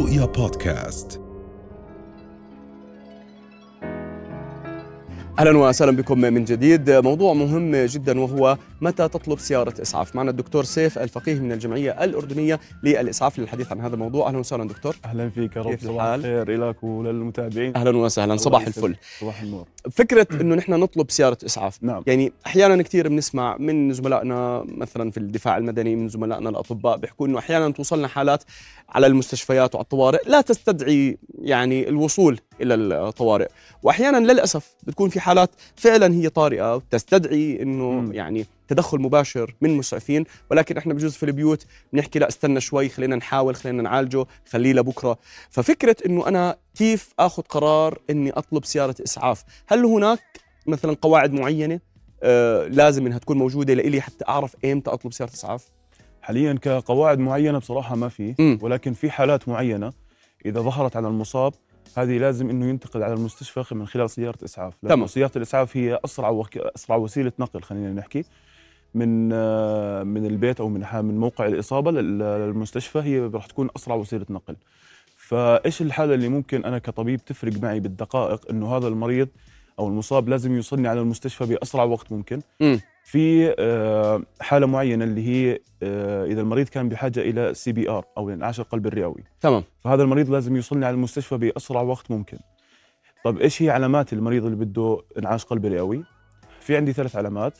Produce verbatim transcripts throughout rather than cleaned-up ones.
رؤيا بودكاست. أهلا وسهلا بكم من جديد. موضوع مهم جدا وهو متى تطلب سيارة إسعاف. معنا الدكتور سيف الفقيه من الجمعية الأردنية للإسعاف للحديث عن هذا الموضوع. أهلا وسهلا دكتور. أهلا فيك يا رب. صباح الخير لك وللمتابعين. أهلا وسهلا. صباح الفل. صباح النور. فكرة إنه نحن نطلب سيارة إسعاف، نعم. يعني أحيانا كثير بنسمع من زملائنا مثلا في الدفاع المدني، من زملائنا الأطباء، بيحكوا إنه أحيانا توصلنا حالات على المستشفيات وعلى الطوارئ لا تستدعي يعني الوصول إلى الطوارئ، وأحيانا للأسف بتكون في حالات فعلا هي طارئة وتستدعي إنه م. يعني تدخل مباشر من مسعفين، ولكن إحنا بجوز في البيوت بنحكي لا استنى شوي، خلينا نحاول، خلينا نعالجه، خليه لبكرة. ففكرة إنه أنا كيف أخذ قرار إني أطلب سيارة إسعاف، هل هناك مثلا قواعد معينة آه لازم إنها تكون موجودة لإلي حتى أعرف إمتى أطلب سيارة إسعاف؟ حاليا كقواعد معينة بصراحة ما في، م. ولكن في حالات معينة إذا ظهرت على المصاب هذه لازم إنه ينتقل على المستشفى من خلال سيارة إسعاف، لأنه سيارة الإسعاف هي أسرع وك... أسرع وسيلة نقل، خلينا نحكي من من البيت أو من من موقع الإصابة للمستشفى، هي راح تكون أسرع وسيلة نقل. فإيش الحالة اللي ممكن أنا كطبيب تفرق معي بالدقائق إنه هذا المريض أو المصاب لازم يوصلني على المستشفى بأسرع وقت ممكن. م. في حالة معينة اللي هي إذا المريض كان بحاجة إلى سي بي آر أو انعاش القلب الرئوي، تمام، فهذا المريض لازم يوصلني على المستشفى بأسرع وقت ممكن. طب إيش هي علامات المريض اللي بده انعاش قلب رئوي؟ في عندي ثلاث علامات.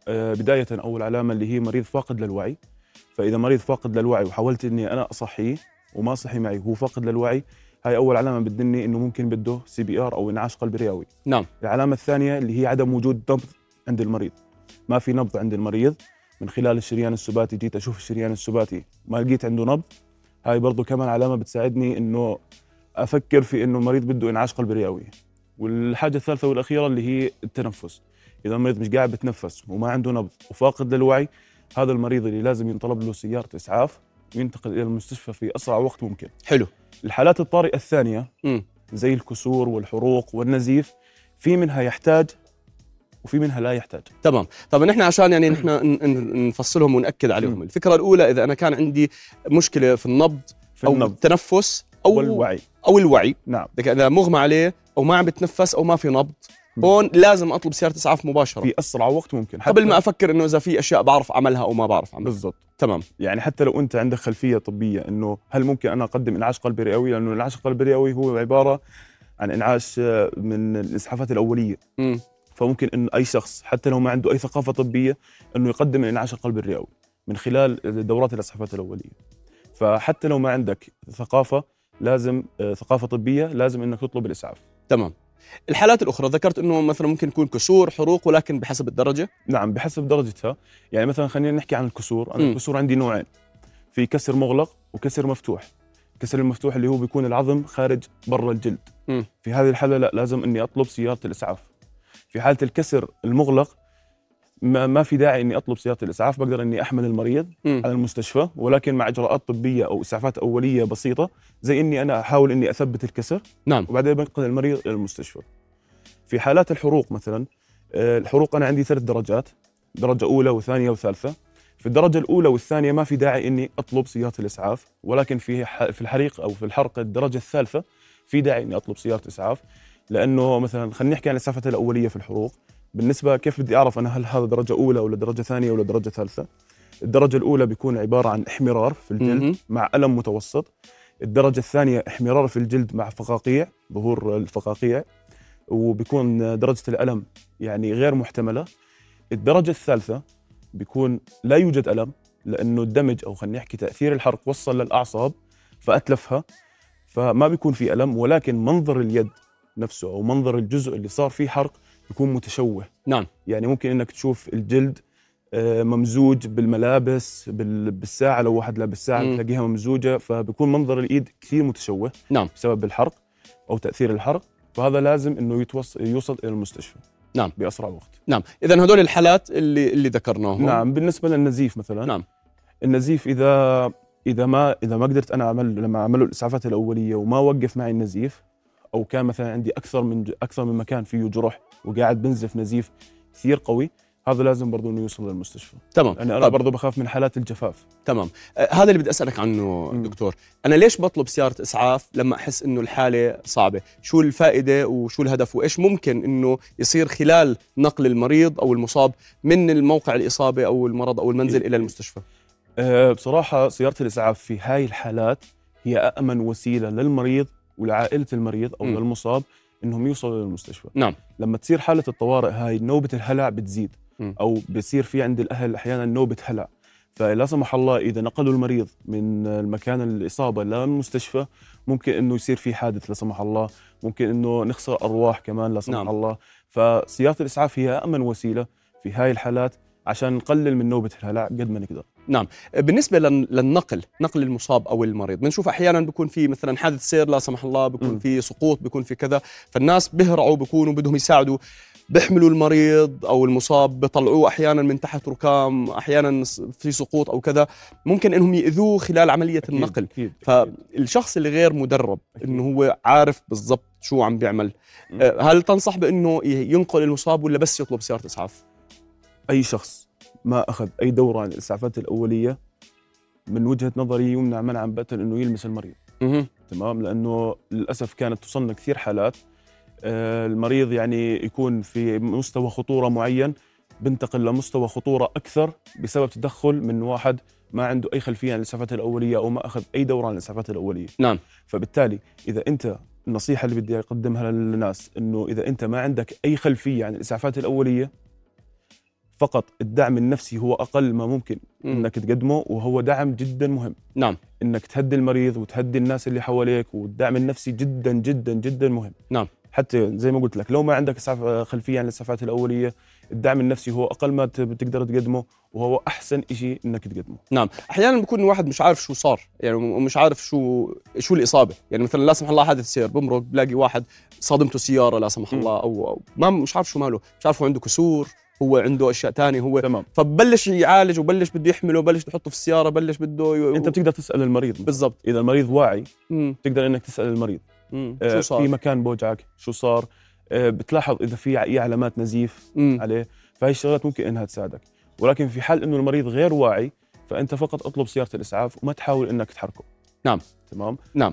بداية أول علامة اللي هي مريض فاقد للوعي، فإذا مريض فاقد للوعي وحاولت إني أنا أصحيه وما صحي معي وهو فاقد للوعي، هاي أول علامة بتدلني إنه ممكن بده سي بي آر أو انعاش قلب رئوي. نعم. العلامة الثانية اللي هي عدم وجود نبض عند المريض، ما في نبض عند المريض من خلال الشريان السباتي، جيت أشوف الشريان السباتي ما لقيت عنده نبض، هاي برضو كمان علامة بتساعدني إنه أفكر في إنه المريض بده انعاش قلب رئوي. والحاجة الثالثة والأخيرة اللي هي التنفس، إذا المريض مش قاعد بتنفس وما عنده نبض وفاقد للوعي، هذا المريض اللي لازم ينطلب له سيارة إسعاف وينتقل إلى المستشفى في أسرع وقت ممكن. حلو. الحالات الطارئة الثانية م. زي الكسور والحروق والنزيف، في منها يحتاج وفي منها لا يحتاج. تمام. طب نحن عشان يعني نحن نفصلهم ونأكد عليهم. م. الفكرة الأولى إذا أنا كان عندي مشكلة في النبض في أو النبض. التنفس أو الوعي أو الوعي، نعم، إذا مغمى عليه أو ما عم بتنفس أو ما في نبض، هون لازم أطلب سيارة إسعاف مباشرة في أسرع وقت ممكن، قبل ما أفكر إنه إذا في أشياء بعرف عملها أو ما بعرف عملها. بالضبط. تمام. يعني حتى لو أنت عندك خلفية طبية إنه هل ممكن أنا أقدم إنعاش قلبي رئوي، لأنه إنعاش القلب الرئوي هو عبارة عن إنعاش من الإسعافات الأولية. م. فممكن إنه أي شخص حتى لو ما عنده أي ثقافة طبية إنه يقدم إنعاش القلب الرئوي من خلال دورات الإسعافات الأولية. فحتى لو ما عندك ثقافة لازم ثقافة طبية لازم إنك تطلب الإسعاف. تمام. الحالات الأخرى ذكرت إنه مثلا ممكن يكون كسور، حروق، ولكن بحسب الدرجة. نعم بحسب درجتها. يعني مثلا خلينا نحكي عن الكسور. أنا م. الكسور عندي نوعين، في كسر مغلق وكسر مفتوح. الكسر المفتوح اللي هو بيكون العظم خارج برا الجلد. م. في هذه الحالة لا، لازم إني أطلب سيارة الإسعاف. في حالة الكسر المغلق ما, ما في داعي إني أطلب سيارة الإسعاف، بقدر إني أحمل المريض م. على المستشفى، ولكن مع إجراءات طبية أو إسعافات أولية بسيطة، زي إني أنا أحاول إني أثبت الكسر. نعم. وبعدين بنقل المريض إلى المستشفى. في حالات الحروق مثلا، الحروق أنا عندي ثلاث درجات، درجة أولى وثانية وثالثة. في الدرجة الأولى والثانية ما في داعي إني أطلب سيارة الإسعاف، ولكن في في الحريق أو في الحرق الدرجة الثالثة في داعي إني أطلب سيارة إسعاف، لأنه مثلا خلينا نحكي عن الإسعافات الأولية في الحروق. بالنسبة كيف بدي أعرف أنا هل هذا درجة أولى ولا درجة ثانية ولا درجة ثالثة؟ الدرجة الأولى بيكون عبارة عن احمرار في الجلد م- مع ألم متوسط. الدرجة الثانية احمرار في الجلد مع فقاقيع، ظهور الفقاقيع، وبيكون درجة الألم يعني غير محتملة. الدرجة الثالثة بيكون لا يوجد ألم، لأنه الدمج أو خلينا نحكي تأثير الحرق وصل للأعصاب فأتلفها، فما بيكون في ألم، ولكن منظر اليد نفسه أو منظر الجزء اللي صار فيه حرق بيكون متشوه. نعم. يعني ممكن إنك تشوف الجلد ممزوج بالملابس، بالساعة، لو واحد لابس ساعة تلاقيها ممزوجة، فبيكون منظر الإيد كثير متشوه. نعم. بسبب الحرق أو تأثير الحرق، فهذا لازم إنه يتوصل يوصل إلى المستشفى. نعم. بأسرع وقت. نعم. إذن هدول الحالات اللي اللي ذكرناهم. نعم. بالنسبة للنزيف مثلا. نعم. النزيف إذا إذا ما إذا ما قدرت أنا أعمل لما عملوا الإسعافات الأولية وما وقف معي النزيف، أو كان مثلا عندي أكثر من أكثر من مكان فيه جرح وقاعد بنزف نزيف كثير قوي، هذا لازم برضو انه يوصل للمستشفى. تمام. يعني انا برضو بخاف من حالات الجفاف. تمام. آه هذا اللي بدي اسالك عنه م. دكتور، انا ليش بطلب سياره اسعاف لما احس انه الحاله صعبه؟ شو الفائده وشو الهدف وايش ممكن انه يصير خلال نقل المريض او المصاب من الموقع الاصابه او المرض او المنزل الى المستشفى؟ أه بصراحه سياره الاسعاف في هاي الحالات هي أأمن وسيله للمريض ولعائله المريض او م. للمصاب انهم يوصلوا للمستشفى. نعم. لما تصير حاله الطوارئ هاي نوبه الهلع بتزيد م. او بصير في عند الاهل احيانا نوبه هلع، فلا سمح الله اذا نقلوا المريض من المكان الاصابه للمستشفى ممكن انه يصير في حادث لا سمح الله، ممكن انه نخسر ارواح كمان لا سمح نعم. الله. فسياره الاسعاف هي امن وسيله في هاي الحالات عشان نقلل من نوبه الهلع قد ما نقدر. نعم. بالنسبه للنقل، نقل المصاب او المريض، بنشوف احيانا بيكون في مثلا حادث سير لا سمح الله، بيكون م. في سقوط، بيكون في كذا، فالناس بيهرعوا بيكونوا بدهم يساعدوا، بيحملوا المريض او المصاب بيطلعوه احيانا من تحت ركام، احيانا في سقوط او كذا، ممكن انهم ياذوه خلال عمليه أكيد النقل. أكيد. فالشخص اللي غير مدرب أكيد. انه هو عارف بالضبط شو عم بيعمل، م. هل تنصح بانه ينقل المصاب ولا بس يطلب سياره اسعاف؟ اي شخص ما اخذ اي دوره عن الاسعافات الاوليه من وجهه نظري يمنع منعا باتا انه يلمس المريض. م- تمام. لانه للاسف كانت توصلنا كثير حالات المريض يعني يكون في مستوى خطورة معين بنتقل لمستوى خطورة أكثر بسبب تدخل من واحد ما عنده أي خلفية عن الإسعافات الأولية أو ما أخذ أي دورة عن الإسعافات الأولية. نعم. فبالتالي إذا أنت، النصيحة اللي بدي أقدمها للناس إنه إذا أنت ما عندك أي خلفية عن الإسعافات الأولية، فقط الدعم النفسي هو أقل ما ممكن م. إنك تقدمه، وهو دعم جدا مهم. نعم. إنك تهدي المريض وتهدي الناس اللي حواليك، والدعم النفسي جدا جدا جدا مهم. نعم. حتى زي ما قلت لك لو ما عندك خلفية عن الإسعافات الأولية، الدعم النفسي هو أقل ما بتقدر تقدمه، وهو أحسن شيء إنك تقدمه. نعم. أحياناً بيكون الواحد مش عارف شو صار، يعني مش عارف شو شو الإصابة، يعني مثلاً لا سمح الله حادث سير، بمرق بلاقي واحد صادمته سيارة لا سمح الله، أو, أو ما مش عارف شو ماله، مش عارف هو عنده كسور، هو عنده أشياء تانية هو. تمام. فبلش يعالج وبلش بده يحمله، بلش يحطه في السيارة، بلش بده ي... أنت بتقدر تسأل المريض. بالضبط. إذا المريض واعي مم. تقدر إنك تسأل المريض مم. آه شو صار؟ في مكان بوجعك، شو صار؟ آه بتلاحظ إذا في أي علامات نزيف مم. عليه، فهي الشغلات ممكن إنها تساعدك. ولكن في حال إنه المريض غير واعي فأنت فقط اطلب سيارة الإسعاف وما تحاول إنك تحركه. نعم. تمام. نعم.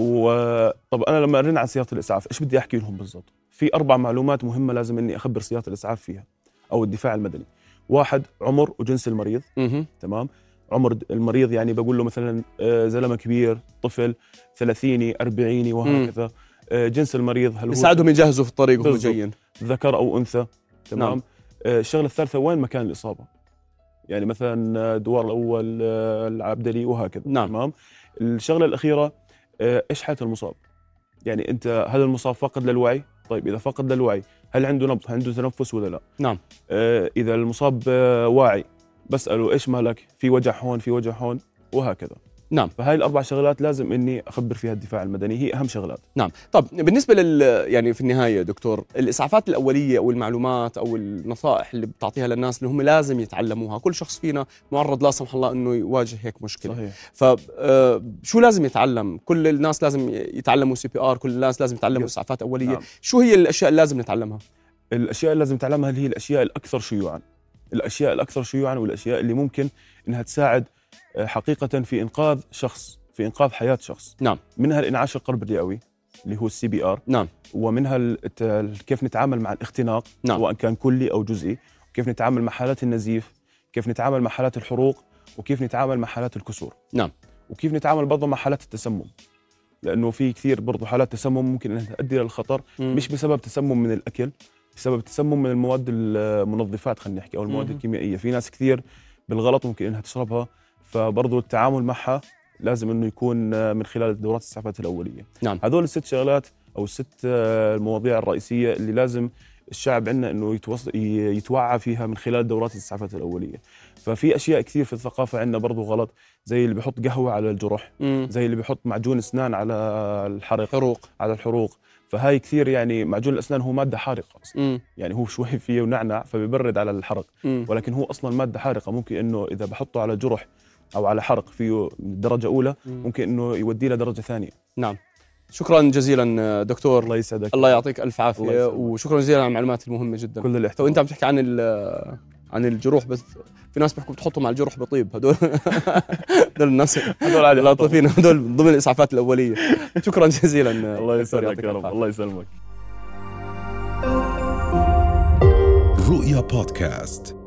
وطب أنا لما أرن عن سيارة الإسعاف إيش بدي أحكي لهم بالضبط؟ في أربع معلومات مهمة لازم إني أخبر سيارة الإسعاف فيها أو الدفاع المدني. واحد، عمر وجنس المريض. مه. تمام. عمر المريض يعني بقول له مثلا زلمة كبير، طفل، ثلاثيني، أربعيني وهكذا. جنس المريض هل هو يساعدهم يجهزوا في الطريق وهم جايين، ذكر أو أنثى. تمام. نعم. الشغلة الثالثة، وين مكان الإصابة، يعني مثلا الدوار الأول، العبدلي وهكذا. نعم. تمام. الشغلة الأخيرة، إيش حالة المصاب، يعني أنت هل المصاب فقد للوعي؟ طيب إذا فقد للوعي هل عنده نبض، عنده تنفس ولا لا؟ نعم. آه إذا المصاب آه واعي بسأله إيش مالك، في وجع هون، في وجع هون وهكذا. نعم. فهاي الأربع شغلات لازم إني أخبر فيها الدفاع المدني، هي أهم شغلات. نعم. طب بالنسبة لل يعني في النهاية دكتور، الإسعافات الأولية أو المعلومات أو النصائح اللي بتعطيها للناس اللي هم لازم يتعلموها، كل شخص فينا معرض لا سمح الله إنه يواجه هيك مشكلة. صحيح. فشو لازم يتعلم؟ كل الناس لازم يتعلموا سي بي آر، كل الناس لازم يتعلموا إسعافات أولية. نعم. شو هي الأشياء اللي لازم نتعلمها؟ الأشياء اللي لازم نتعلمها اللي هي الأشياء الأكثر شيوعاً، الأشياء الأكثر شيوعاً والأشياء اللي ممكن إنها تساعد حقيقة في إنقاذ شخص، في إنقاذ حياة شخص. نعم. منها الإنعاش القلب الرئوي اللي هو السي بي آر. نعم. ومنها كيف نتعامل مع الاختناق، نعم. سواء كان كلي أو جزئي، كيف نتعامل مع حالات النزيف، كيف نتعامل مع حالات الحروق، وكيف نتعامل مع حالات الكسور. نعم. وكيف نتعامل برضه مع حالات التسمم، لأنه في كثير برضه حالات تسمم ممكن أنها تؤدي للخطر. م. مش بسبب تسمم من الأكل، بسبب تسمم من المواد المنظفات خلينا نحكي، أو المواد م. الكيميائية. في ناس كثير بالغلط ممكن أنها تشربها، فبرضه التعامل معها لازم انه يكون من خلال الدورات الاسعافات الاوليه. نعم. هذول الست شغلات او الست المواضيع الرئيسيه اللي لازم الشعب عندنا انه يتوعى فيها من خلال دورات الاسعافات الاوليه. ففي اشياء كثير في الثقافه عندنا برضو غلط، زي اللي بيحط قهوه على الجرح، مم. زي اللي بيحط معجون اسنان على الحرق، حروق. على الحروق. فهاي كثير، يعني معجون الاسنان هو ماده حارقه اصلا. مم. يعني هو شوي فيه ونعنع فبيبرد على الحرق. مم. ولكن هو اصلا ماده حارقه، ممكن انه اذا بحطه على جرح او على حرق فيه درجه اولى ممكن انه يوديه لدرجه ثانيه. نعم. شكرا جزيلا دكتور. الله يسعدك. الله يعطيك الف عافيه، وشكرا جزيلا على المعلومات المهمه جدا. كل الاحترام. وانت عم تحكي عن عن الجروح، بس في ناس بيحكوا بتحطهم على الجروح بطيب. هدول هدول الناس هدول عادي لطيفين، هدول ضمن الإسعافات الأولية. شكرا جزيلا. الله يسلمك يا رب. الله يسلمك. رؤيا بودكاست.